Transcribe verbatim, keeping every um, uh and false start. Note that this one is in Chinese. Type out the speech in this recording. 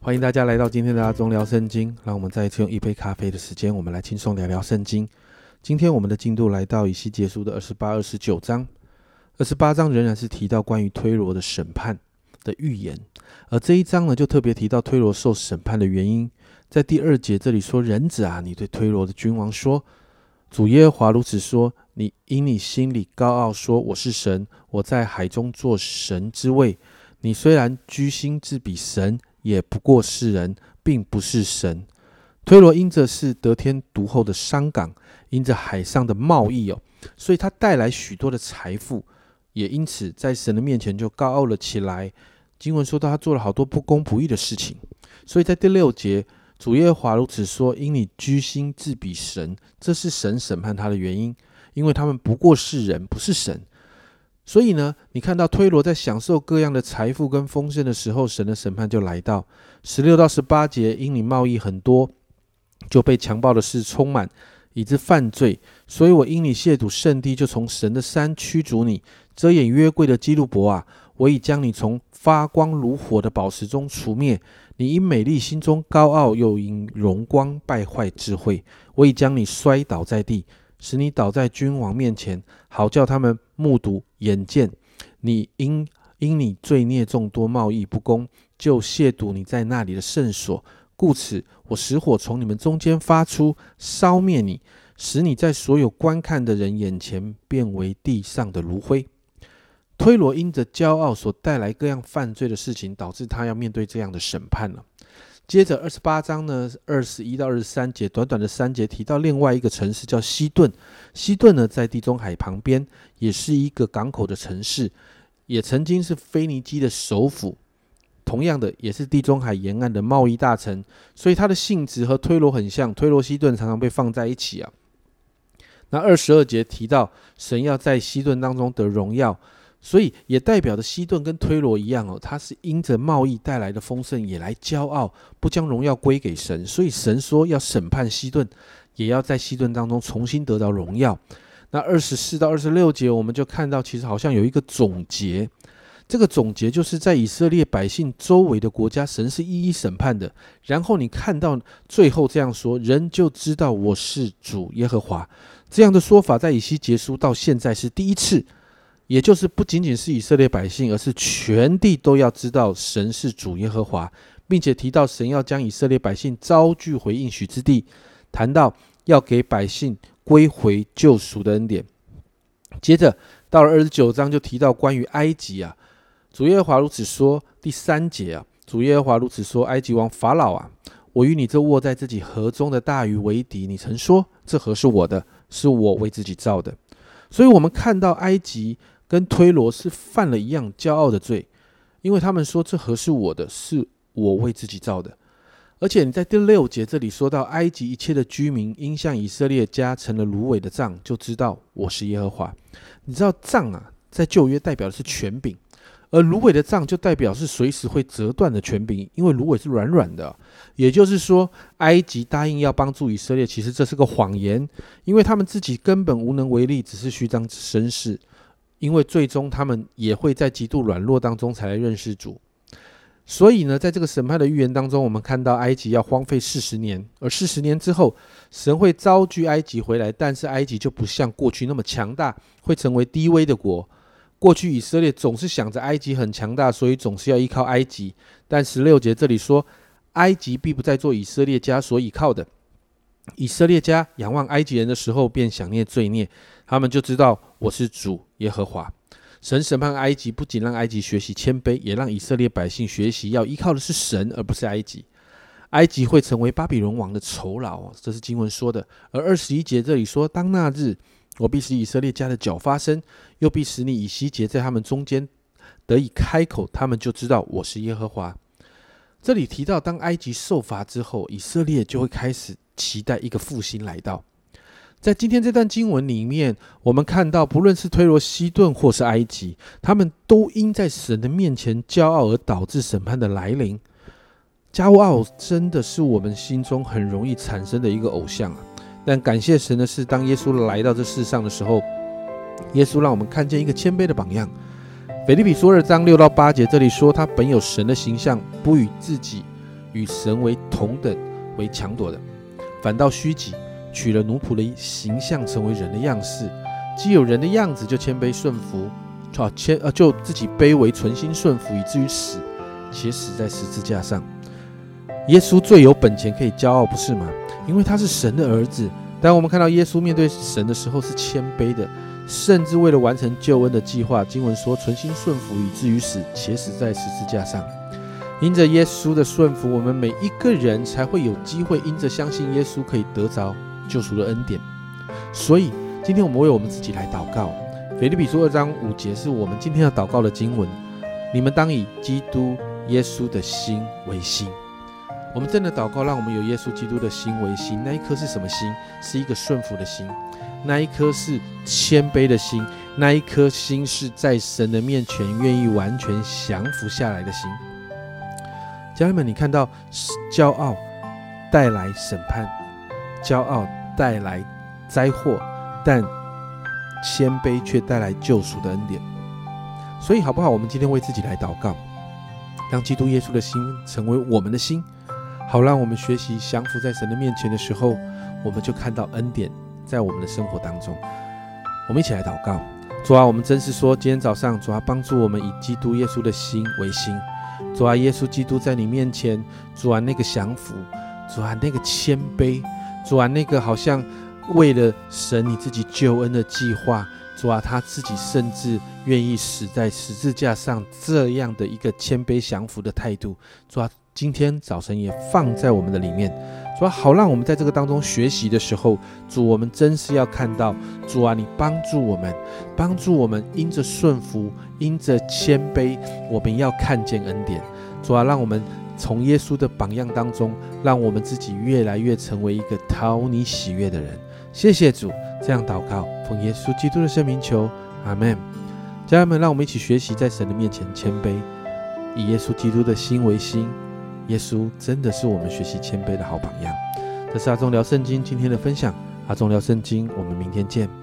欢迎大家来到今天的阿忠聊圣经，让我们再一次用一杯咖啡的时间，我们来轻松聊聊圣经。今天我们的进度来到以西结书的二十八、二十九章。二十八章仍然是提到关于推罗的审判的预言，而这一章呢，就特别提到推罗受审判的原因。在第二节这里说：人子啊，你对推罗的君王说，主耶和华如此说，你因你心里高傲说，我是神，我在海中做神之位。你虽然居心自比神，也不过是人，并不是神。推罗因着是得天独厚的商港，因着海上的贸易哦，所以他带来许多的财富，也因此在神的面前就高傲了起来。经文说到他做了好多不公不义的事情，所以在第六节，主耶和华如此说，因你居心自比神，这是神审判他的原因，因为他们不过是人，不是神。所以呢，你看到推罗在享受各样的财富跟丰盛的时候，神的审判就来到。十六到十八节，因你贸易很多，就被强暴的事充满，以致犯罪，所以我因你亵渎圣地，就从神的山驱逐你。遮掩约柜的基路伯啊，我已将你从发光如火的宝石中除灭。你因美丽心中高傲，又因荣光败坏智慧，我已将你摔倒在地，使你倒在君王面前，好叫他们目睹眼见。你因因你罪孽众多，贸易不公，就亵渎你在那里的圣所。故此，我使火从你们中间发出，烧灭你，使你在所有观看的人眼前变为地上的炉灰。推罗因着骄傲所带来各样犯罪的事情，导致他要面对这样的审判了。接着二十八章呢，二十一到二十三节，短短的三节提到另外一个城市叫西顿。西顿呢，在地中海旁边，也是一个港口的城市，也曾经是腓尼基的首府，同样的也是地中海沿岸的贸易大城，所以它的性质和推罗很像，推罗西顿常常被放在一起啊。那二十二节提到神要在西顿当中得荣耀，所以也代表着西顿跟推罗一样哦，他是因着贸易带来的丰盛也来骄傲，不将荣耀归给神，所以神说要审判西顿，也要在西顿当中重新得到荣耀。那二十四到二十六节我们就看到其实好像有一个总结，这个总结就是在以色列百姓周围的国家，神是一一审判的。然后你看到最后这样说，人就知道我是主耶和华。这样的说法在以西结书到现在是第一次，也就是不仅仅是以色列百姓，而是全地都要知道神是主耶和华，并且提到神要将以色列百姓招聚回应许之地，谈到要给百姓归回救赎的恩典。接着到了二十九章就提到关于埃及啊，主耶和华如此说，第三节啊，主耶和华如此说，埃及王法老啊，我与你这卧在自己河中的大鱼为敌，你曾说这河是我的，是我为自己造的。所以我们看到埃及跟推罗是犯了一样骄傲的罪，因为他们说这河是我的，是我为自己造的。而且你在第六节这里说到埃及一切的居民因向以色列家成了芦苇的杖，就知道我是耶和华。你知道杖啊，在旧约代表的是权柄，而芦苇的杖就代表是随时会折断的权柄，因为芦苇是软软的。也就是说，埃及答应要帮助以色列，其实这是个谎言，因为他们自己根本无能为力，只是虚张声势，因为最终他们也会在极度软弱当中才来认识主。所以呢，在这个审判的预言当中，我们看到埃及要荒废四十年，而四十年之后，神会招聚埃及回来，但是埃及就不像过去那么强大，会成为低微的国。过去以色列总是想着埃及很强大，所以总是要依靠埃及，但十六节这里说，埃及必不再做以色列家所倚靠的。以色列家仰望埃及人的时候，便想念罪孽，他们就知道我是主耶和华。神审判埃及，不仅让埃及学习谦卑，也让以色列百姓学习要依靠的是神，而不是埃及。埃及会成为巴比伦王的酬劳，这是经文说的。而二十一节这里说，当那日，我必使以色列家的脚发声，又必使你以西结在他们中间得以开口，他们就知道我是耶和华。这里提到，当埃及受罚之后，以色列就会开始期待一个复兴来到。在今天这段经文里面，我们看到不论是推罗西顿或是埃及，他们都因在神的面前骄傲而导致审判的来临。骄傲真的是我们心中很容易产生的一个偶像啊！但感谢神的是，当耶稣来到这世上的时候，耶稣让我们看见一个谦卑的榜样。腓立比书二章六到八节这里说，他本有神的形象，不与自己与神为同等为强夺的，反倒虚己，取了奴仆的形象，成为人的样式。既有人的样子，就谦卑顺服，就自己卑微，存心顺服，以至于死，且死在十字架上。耶稣最有本钱可以骄傲，不是吗？因为他是神的儿子。但我们看到耶稣面对神的时候是谦卑的，甚至为了完成救恩的计划，经文说存心顺服，以至于死，且死在十字架上。因着耶稣的顺服，我们每一个人才会有机会因着相信耶稣可以得着救赎的恩典。所以今天我们为我们自己来祷告。腓立比书二章五节是我们今天要祷告的经文，你们当以基督耶稣的心为心。我们真的祷告，让我们有耶稣基督的心为心。那一颗是什么心？是一个顺服的心，那一颗是谦卑的心，那一颗心是在神的面前愿意完全降服下来的心。家人们，你看到骄傲带来审判，骄傲带来灾祸，但谦卑却带来救赎的恩典。所以好不好，我们今天为自己来祷告，让基督耶稣的心成为我们的心，好让我们学习降服在神的面前的时候，我们就看到恩典在我们的生活当中。我们一起来祷告。主啊，我们真是说今天早上，主啊，帮助我们以基督耶稣的心为心。主啊，耶稣基督在你面前，主啊，那个降服，主啊，那个谦卑，主啊，那个好像为了神你自己救恩的计划，主啊，他自己甚至愿意死在十字架上，这样的一个谦卑降服的态度，主啊，今天早晨也放在我们的里面。主啊，好让我们在这个当中学习的时候，主，我们真是要看到，主啊，你帮助我们，帮助我们因着顺服，因着谦卑，我们要看见恩典。主啊，让我们从耶稣的榜样当中，让我们自己越来越成为一个讨你喜悦的人。谢谢主，这样祷告，奉耶稣基督的圣名求，阿们。家人们，让我们一起学习在神的面前谦卑，以耶稣基督的心为心。耶稣真的是我们学习谦卑的好榜样。这是阿忠聊圣经今天的分享，阿忠聊圣经，我们明天见。